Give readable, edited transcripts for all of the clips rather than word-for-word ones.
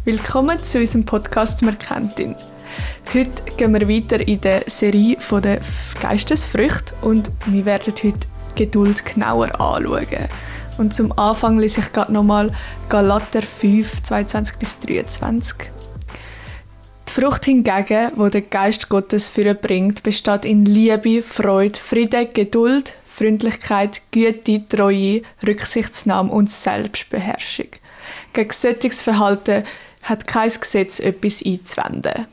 Willkommen zu unserem Podcast «Man kennt ihn». Heute gehen wir weiter in der Serie von der Geistesfrüchte und wir werden heute Geduld genauer anschauen. Und zum Anfang lese ich gerade nochmal Galater 5, 22-23. Die Frucht hingegen, die der Geist Gottes vorbringt, besteht in Liebe, Freude, Friede, Geduld, Freundlichkeit, Güte, Treue, Rücksichtsnahme und Selbstbeherrschung. Gegen solches Verhalten hat kein Gesetz etwas einzuwenden.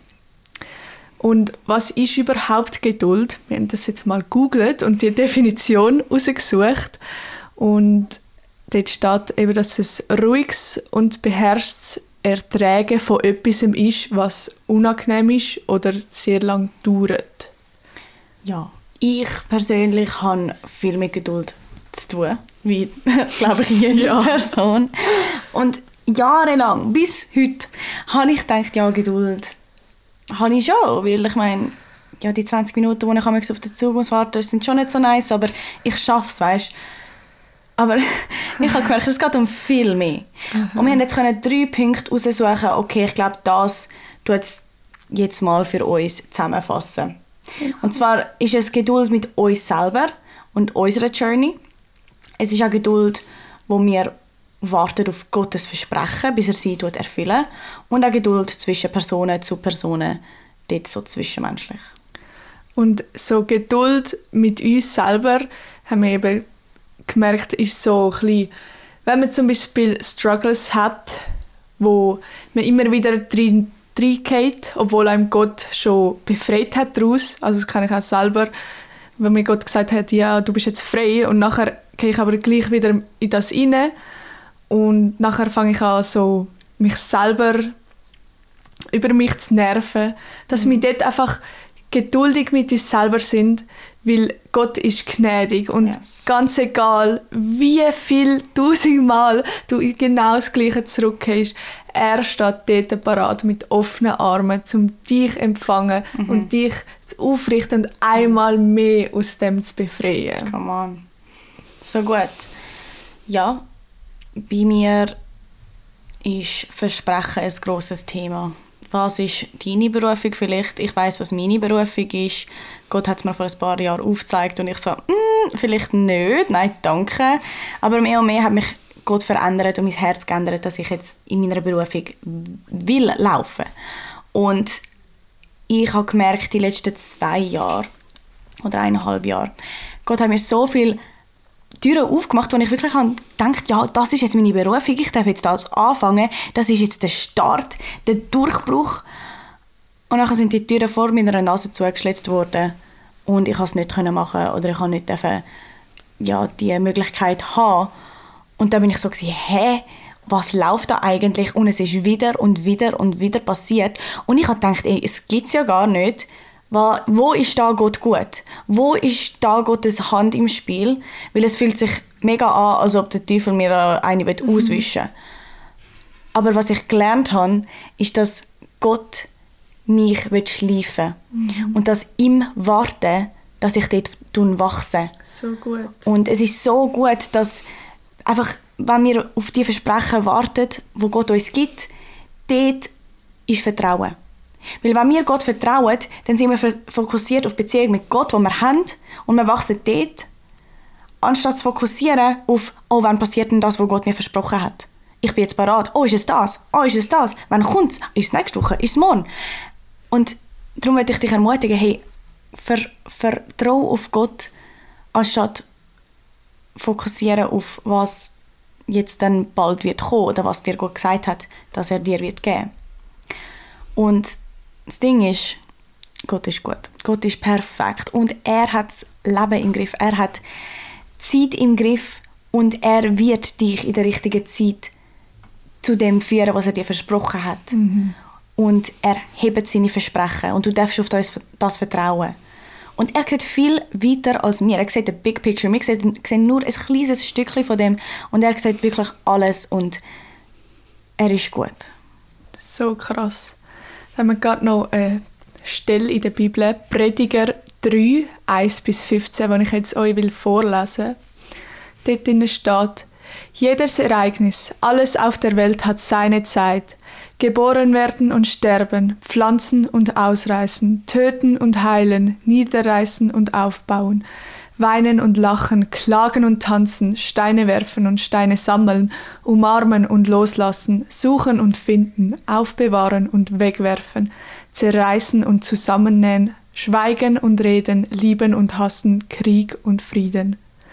Und was ist überhaupt Geduld? Wir haben das jetzt mal gegoogelt und die Definition herausgesucht. Und dort steht eben, dass es ruhiges und beherrschtes Ertragen von etwas ist, was unangenehm ist oder sehr lang dauert. Ja, ich persönlich habe viel mit Geduld zu tun, wie, glaube ich, jede Person. Und jahrelang, bis heute, habe ich gedacht, ja, Geduld habe ich schon, weil ich meine, ja, die 20 Minuten, wo ich auf den Zug muss warten, sind schon nicht so nice, aber ich schaffe es, weißt. Aber ich habe gemerkt, es geht um viel mehr. Und wir haben jetzt 3 Punkte raussuchen, okay, ich glaube, das tut es jetzt mal für uns zusammenfassen. Und zwar ist es Geduld mit uns selber und unserer Journey. Es ist auch Geduld, wo wir warten auf Gottes Versprechen, bis er sie erfüllt. Und auch Geduld zwischen Personen zu Personen, dort so zwischenmenschlich. Und so Geduld mit uns selber haben wir eben gemerkt, ist so ein bisschen, wenn man zum Beispiel Struggles hat, wo man immer wieder reingeht, obwohl einem Gott schon befreit hat daraus. Also das kann ich auch selber, wenn mir Gott gesagt hat, ja, du bist jetzt frei, und nachher gehe ich aber gleich wieder in das rein und nachher fange ich an, so mich selber über mich zu nerven, dass wir dort einfach geduldig mit uns selber sind, weil Gott ist gnädig und ganz egal, wie viel 1000-mal du genau das Gleiche zurückgehst, er steht dort parat mit offenen Armen, um dich zu empfangen und dich zu aufrichten und einmal mehr aus dem zu befreien. Come on. So gut. Ja, bei mir ist Versprechen ein grosses Thema. Was ist deine Berufung vielleicht? Ich weiss, was meine Berufung ist. Gott hat es mir vor ein paar Jahren aufgezeigt und ich so, vielleicht nicht, nein, danke. Aber mehr und mehr hat mich Gott verändert und mein Herz geändert, dass ich jetzt in meiner Berufung will laufen. Und ich habe gemerkt, die letzten 2 Jahre oder 1,5 Jahre, Gott hat mir so viele Türen aufgemacht, wo ich wirklich dachte, ja, das ist jetzt meine Berufung, ich darf jetzt das anfangen, das ist jetzt der Start, der Durchbruch. Und dann sind die Türen vor meiner Nase zugeschlitzt worden und ich konnte es nicht machen oder ich konnte nicht die Möglichkeit haben. Und dann bin ich so, was läuft da eigentlich? Und es ist wieder und wieder und wieder passiert. Und ich habe gedacht, es gibt es ja gar nicht. Wo ist da Gott gut? Wo ist da Gottes Hand im Spiel? Weil es fühlt sich mega an, als ob der Teufel mir eine auswischen will. Aber was ich gelernt habe, ist, dass Gott mich schleifen will. Und dass ihm warten, dass ich dort wachse. So gut. Und es ist so gut, dass einfach, wenn wir auf die Versprechen warten, die Gott uns gibt, dort ist Vertrauen. Weil wenn wir Gott vertrauen, dann sind wir fokussiert auf die Beziehung mit Gott, die wir haben, und wir wachsen dort, anstatt zu fokussieren auf, oh, wann passiert denn das, was Gott mir versprochen hat. Ich bin jetzt bereit. Oh, ist es das? Oh, ist es das? Wann kommt es? Ist es nächste Woche? Ist es morgen? Und darum möchte ich dich ermutigen, hey, vertraue auf Gott, anstatt fokussieren auf, was jetzt dann bald wird kommen oder was dir Gott gesagt hat, dass er dir wird geben. Und das Ding ist, Gott ist gut. Gott ist perfekt. Und er hat das Leben im Griff. Er hat die Zeit im Griff. Und er wird dich in der richtigen Zeit zu dem führen, was er dir versprochen hat. Und er hebt seine Versprechen. Und du darfst auf das vertrauen. Und er sieht viel weiter als wir. Er sieht den Big Picture. Wir sehen nur ein kleines Stückchen von dem. Und er sieht wirklich alles. Und er ist gut. So krass. Dann haben wir gerade noch eine Stelle in der Bibel, Prediger 3, 1-15, die ich jetzt euch vorlesen will. Dort steht: Jedes Ereignis, alles auf der Welt hat seine Zeit. Geboren werden und sterben, pflanzen und ausreißen, töten und heilen, niederreißen und aufbauen, weinen und lachen, klagen und tanzen, Steine werfen und Steine sammeln, umarmen und loslassen, suchen und finden, aufbewahren und wegwerfen, zerreißen und zusammennähen, schweigen und reden, lieben und hassen, Krieg und Frieden.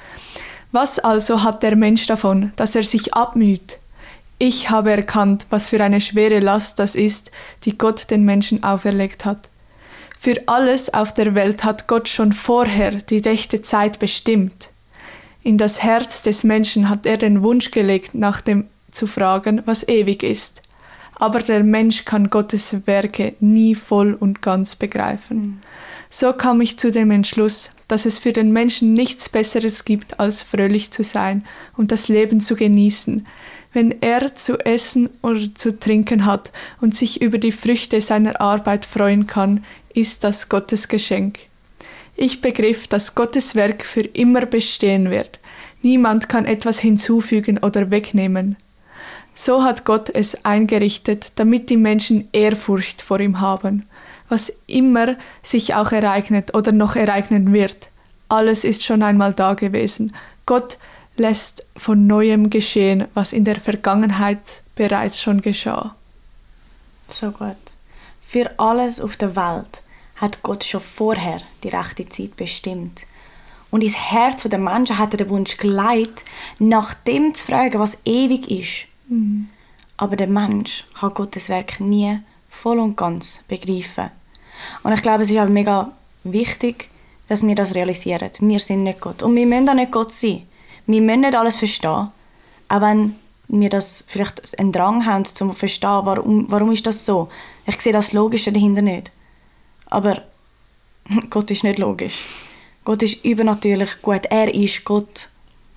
Was also hat der Mensch davon, dass er sich abmüht? Ich habe erkannt, was für eine schwere Last das ist, die Gott den Menschen auferlegt hat. Für alles auf der Welt hat Gott schon vorher die rechte Zeit bestimmt. In das Herz des Menschen hat er den Wunsch gelegt, nach dem zu fragen, was ewig ist. Aber der Mensch kann Gottes Werke nie voll und ganz begreifen. So kam ich zu dem Entschluss, dass es für den Menschen nichts Besseres gibt, als fröhlich zu sein und das Leben zu genießen, wenn er zu essen oder zu trinken hat und sich über die Früchte seiner Arbeit freuen kann, ist das Gottes Geschenk. Ich begriff, dass Gottes Werk für immer bestehen wird. Niemand kann etwas hinzufügen oder wegnehmen. So hat Gott es eingerichtet, damit die Menschen Ehrfurcht vor ihm haben. Was immer sich auch ereignet oder noch ereignen wird, alles ist schon einmal da gewesen. Gott lässt von Neuem geschehen, was in der Vergangenheit bereits schon geschah. So gut. Für alles auf der Welt hat Gott schon vorher die rechte Zeit bestimmt. Und ins Herz der Menschen hat er den Wunsch gelegt, nach dem zu fragen, was ewig ist. Aber der Mensch kann Gottes Werk nie voll und ganz begreifen. Und ich glaube, es ist auch mega wichtig, dass wir das realisieren. Wir sind nicht Gott. Und wir müssen auch nicht Gott sein. Wir müssen nicht alles verstehen. Auch wenn wir das vielleicht einen Drang haben, um zu verstehen, warum ist das so. Ich sehe das Logische dahinter nicht. Aber Gott ist nicht logisch. Gott ist übernatürlich gut. Er ist Gott.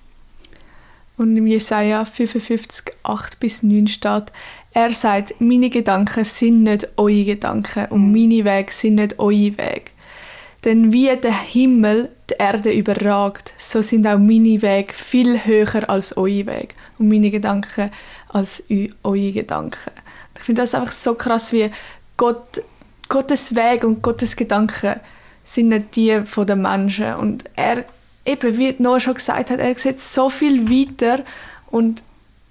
Und im Jesaja 55, 8-9 steht, er sagt, meine Gedanken sind nicht eure Gedanken und meine Wege sind nicht eure Wege. Denn wie der Himmel die Erde überragt, so sind auch meine Wege viel höher als eure Wege und meine Gedanken als eure Gedanken. Ich finde das einfach so krass, wie Gottes Weg und Gottes Gedanken sind nicht die von den Menschen. Und er, eben wie Noah schon gesagt hat, er sieht so viel weiter und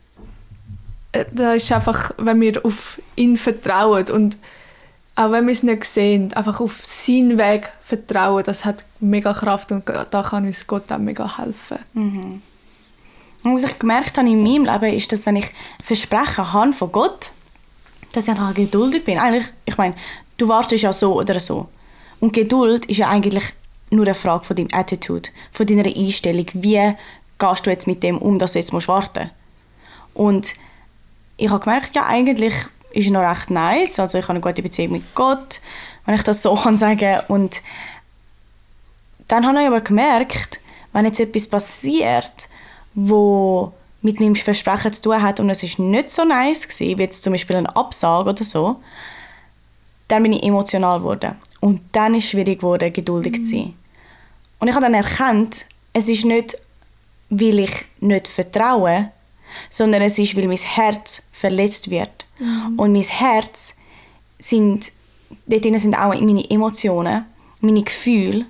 da ist einfach, wenn wir auf ihn vertrauen und auch wenn wir es nicht sehen, einfach auf seinen Weg vertrauen, das hat mega Kraft und da kann uns Gott auch mega helfen. Und was ich gemerkt habe in meinem Leben, ist, dass wenn ich Versprechen habe von Gott, dass ich halt geduldig bin. Eigentlich, ich meine, du wartest ja so oder so. Und Geduld ist ja eigentlich nur eine Frage von deiner Attitude, von deiner Einstellung. Wie gehst du jetzt mit dem um, dass du jetzt warten musst? Und ich habe gemerkt, ja, eigentlich ist es noch recht nice. Also ich habe eine gute Beziehung mit Gott, wenn ich das so sagen kann. Und dann habe ich aber gemerkt, wenn jetzt etwas passiert, wo mit meinem Versprechen zu tun hat und es ist nicht so nice gewesen, wie jetzt zum Beispiel eine Absage oder so, dann bin ich emotional geworden. Und dann ist es schwierig geworden, geduldig zu sein. Und ich habe dann erkannt, es ist nicht, weil ich nicht vertraue, sondern es ist, weil mein Herz verletzt wird. Und mein Herz dort drin sind auch meine Emotionen, meine Gefühle.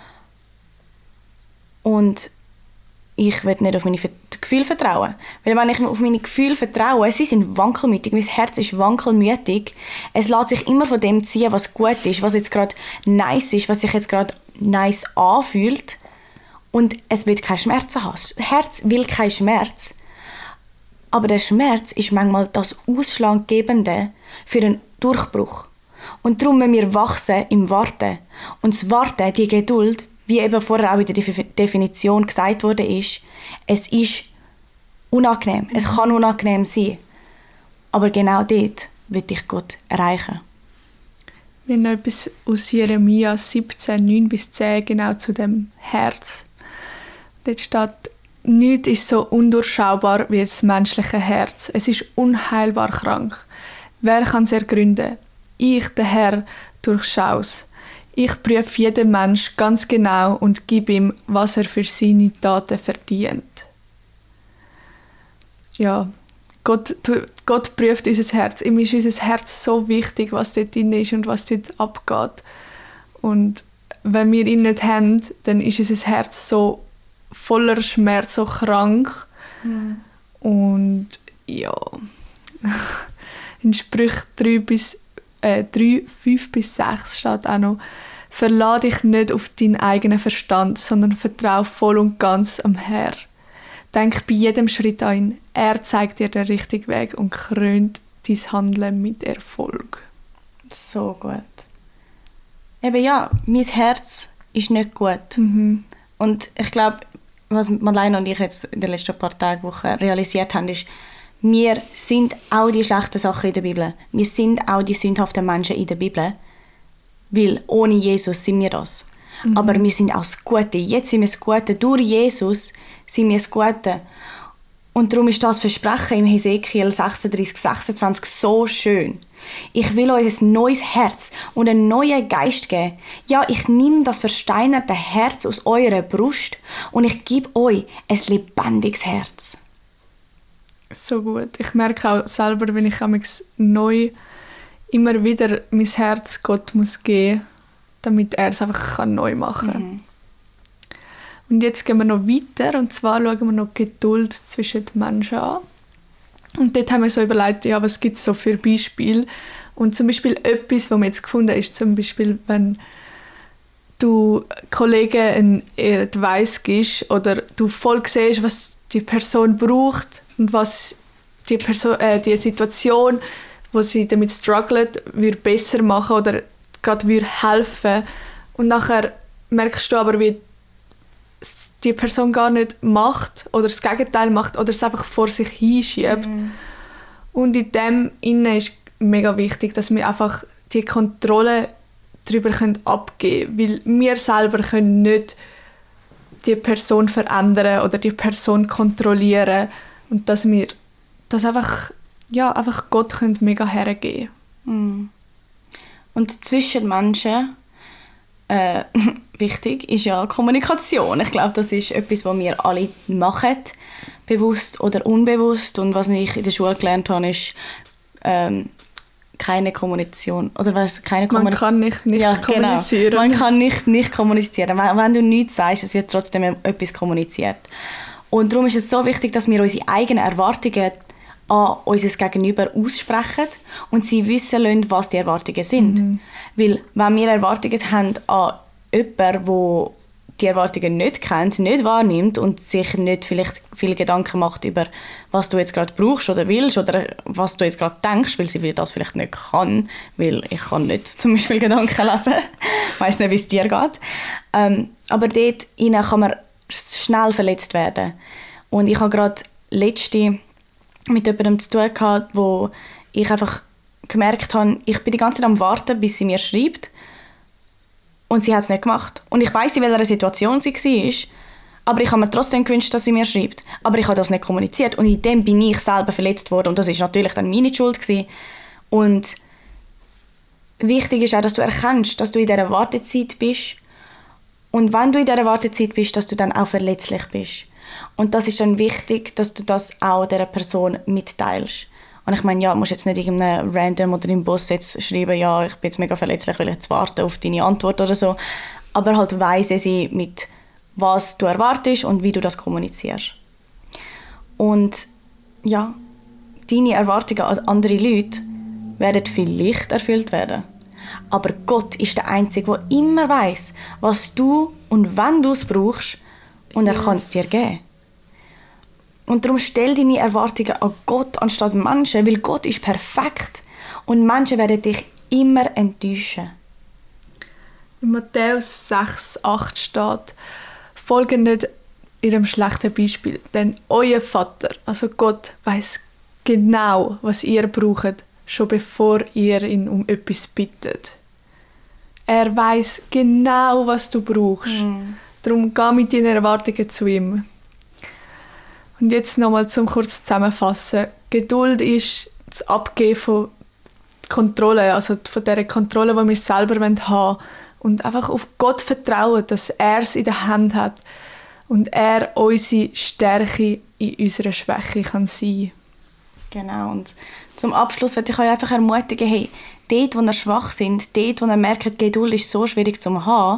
Und ich will nicht auf meine Gefühle vertrauen. Weil wenn ich auf meine Gefühle vertraue, sie sind wankelmütig, mein Herz ist wankelmütig. Es lässt sich immer von dem ziehen, was gut ist, was jetzt gerade nice ist, was sich jetzt gerade nice anfühlt. Und es will keine Schmerzen haben. Das Herz will keinen Schmerz. Aber der Schmerz ist manchmal das Ausschlaggebende für einen Durchbruch. Und darum müssen wir wachsen im Warten. Und das Warten, die Geduld, wie eben vorher auch in der Definition gesagt wurde, ist, es ist unangenehm. Es kann unangenehm sein. Aber genau dort will ich Gott erreichen. Wir haben noch etwas aus Jeremia 17, 9-10 genau zu dem Herz. Dort steht, nichts ist so undurchschaubar wie das menschliche Herz. Es ist unheilbar krank. Wer kann es ergründen? Ich, der Herr, durchschaue es. Ich prüfe jeden Mensch ganz genau und gebe ihm, was er für seine Taten verdient. ja, Gott prüft unser Herz. Ihm ist unser Herz so wichtig, was dort drin ist und was dort abgeht. Und wenn wir ihn nicht haben, dann ist unser Herz so voller Schmerz, so krank. Mhm. Und ja, in Sprüch 3:5-6 steht auch noch: Verlass dich nicht auf deinen eigenen Verstand, sondern vertraue voll und ganz am Herrn. Denk bei jedem Schritt an ihn. Er zeigt dir den richtigen Weg und krönt dein Handeln mit Erfolg. So gut. Eben ja, mein Herz ist nicht gut. Mhm. Und ich glaube, was Marlene und ich jetzt in den letzten paar Tagen, Wochen realisiert haben, ist, wir sind auch die schlechten Sachen in der Bibel. Wir sind auch die sündhaften Menschen in der Bibel. Weil ohne Jesus sind wir das. Mhm. Aber wir sind auch das Gute. Jetzt sind wir das Gute. Durch Jesus sind wir das Gute. Und darum ist das Versprechen im Hesekiel 36:26 so schön. Ich will euch ein neues Herz und einen neuen Geist geben. Ja, ich nehme das versteinerte Herz aus eurer Brust und ich gebe euch ein lebendiges Herz. So gut. Ich merke auch selber, wenn ich neu immer wieder mein Herz Gott muss geben, damit er es einfach neu machen kann. Mhm. Und jetzt gehen wir noch weiter, und zwar schauen wir noch Geduld zwischen den Menschen an. Und dort haben wir so überlegt, ja, was gibt es so für Beispiele? Und zum Beispiel etwas, was wir jetzt gefunden haben, ist zum Beispiel, wenn du Kollegen einen Advice gibst oder du voll siehst, was die Person braucht und was die Situation, wo sie damit struggelt, würde besser machen oder gerade würde helfen. Und nachher merkst du aber, wie die Person gar nicht macht oder das Gegenteil macht oder es einfach vor sich hinschiebt. Mhm. Und in dem Innen ist mega wichtig, dass wir einfach die Kontrolle darüber abgeben können, weil wir selber können nicht die Person verändern oder die Person kontrollieren und dass wir das einfach Gott können mega hergeben. Mhm. Und zwischen Menschen wichtig ist ja Kommunikation. Ich glaube, das ist etwas, was wir alle machen, bewusst oder unbewusst. Und was ich in der Schule gelernt habe, ist keine Kommunikation. Man kann nicht kommunizieren. Genau. Man kann nicht kommunizieren. Wenn du nichts sagst, es wird trotzdem etwas kommuniziert. Und darum ist es so wichtig, dass wir unsere eigenen Erwartungen an unser Gegenüber aussprechen und sie wissen lassen, was die Erwartungen sind. Mhm. Weil wenn wir Erwartungen haben an jemanden, der die Erwartungen nicht kennt, nicht wahrnimmt und sich nicht vielleicht viele Gedanken macht über, was du jetzt gerade brauchst oder willst oder was du jetzt gerade denkst, weil sie das vielleicht nicht kann, weil ich kann nicht zum Beispiel Gedanken lesen. Ich weiss nicht, wie es dir geht. Aber dort kann man schnell verletzt werden. Und ich habe gerade letzte mit jemandem zu tun gehabt, wo ich einfach gemerkt habe, ich bin die ganze Zeit am Warten, bis sie mir schreibt. Und sie hat es nicht gemacht. Und ich weiss, in welcher Situation sie war. Aber ich habe mir trotzdem gewünscht, dass sie mir schreibt. Aber ich habe das nicht kommuniziert. Und in dem bin ich selber verletzt worden. Und das war natürlich dann meine Schuld gewesen. Und wichtig ist auch, dass du erkennst, dass du in dieser Wartezeit bist. Und wenn du in dieser Wartezeit bist, dass du dann auch verletzlich bist. Und das ist dann wichtig, dass du das auch dieser Person mitteilst. Und ich meine, ja, du musst jetzt nicht irgendeinem Random oder im Boss jetzt schreiben, ja, ich bin jetzt mega verletzlich, weil ich jetzt warte auf deine Antwort oder so. Aber halt weise sie mit, was du erwartest und wie du das kommunizierst. Und ja, deine Erwartungen an andere Leute werden vielleicht erfüllt werden. Aber Gott ist der Einzige, der immer weiss, was du und wann du es brauchst, und er kann es dir geben. Und darum stell deine Erwartungen an Gott anstatt Menschen, weil Gott ist perfekt und Menschen werden dich immer enttäuschen. In Matthäus 6,8 steht: Folge nicht ihrem schlechten Beispiel, denn euer Vater, also Gott, weiss genau, was ihr braucht, schon bevor ihr ihn um etwas bittet. Er weiss genau, was du brauchst. Darum geh mit deinen Erwartungen zu ihm. Und jetzt nochmal zum kurz zusammenfassen. Geduld ist das Abgeben von Kontrolle, also von dieser Kontrolle, die wir selber haben wollen. Und einfach auf Gott vertrauen, dass er es in der Hand hat. und er unsere Stärke in unserer Schwäche kann sein. Genau, und zum Abschluss möchte ich euch einfach ermutigen, hey, dort, wo ihr schwach sind, dort, wo ihr merkt, Geduld ist so schwierig zu haben,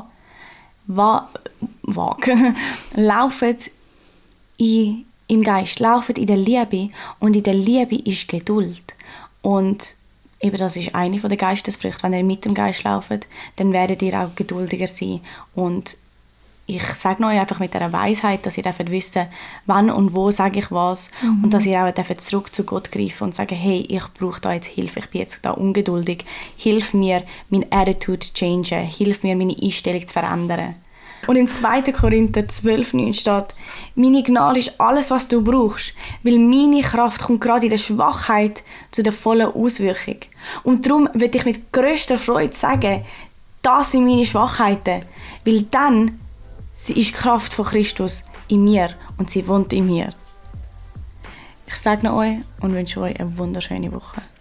lauft im Geist, lauft in der Liebe, und in der Liebe ist Geduld. Und eben das ist eine der Geistesfrüchte. Wenn ihr mit dem Geist lauft, dann werdet ihr auch geduldiger sein. Und ich sage euch einfach mit dieser Weisheit, dass ihr wissen dürft, wann und wo sage ich was, und dass ihr auch dürft zurück zu Gott greifen und sagen, hey, ich brauche da jetzt Hilfe, ich bin jetzt da ungeduldig, hilf mir, mein Attitude zu changen, hilf mir, meine Einstellung zu verändern. Und im 2. Korinther 12,9 steht, meine Gnade ist alles, was du brauchst, weil meine Kraft kommt gerade in der Schwachheit zu der vollen Auswirkung. Und darum würde ich mit grösster Freude sagen, das sind meine Schwachheiten, weil dann ist die Kraft von Christus in mir und sie wohnt in mir. Ich segne euch und wünsche euch eine wunderschöne Woche.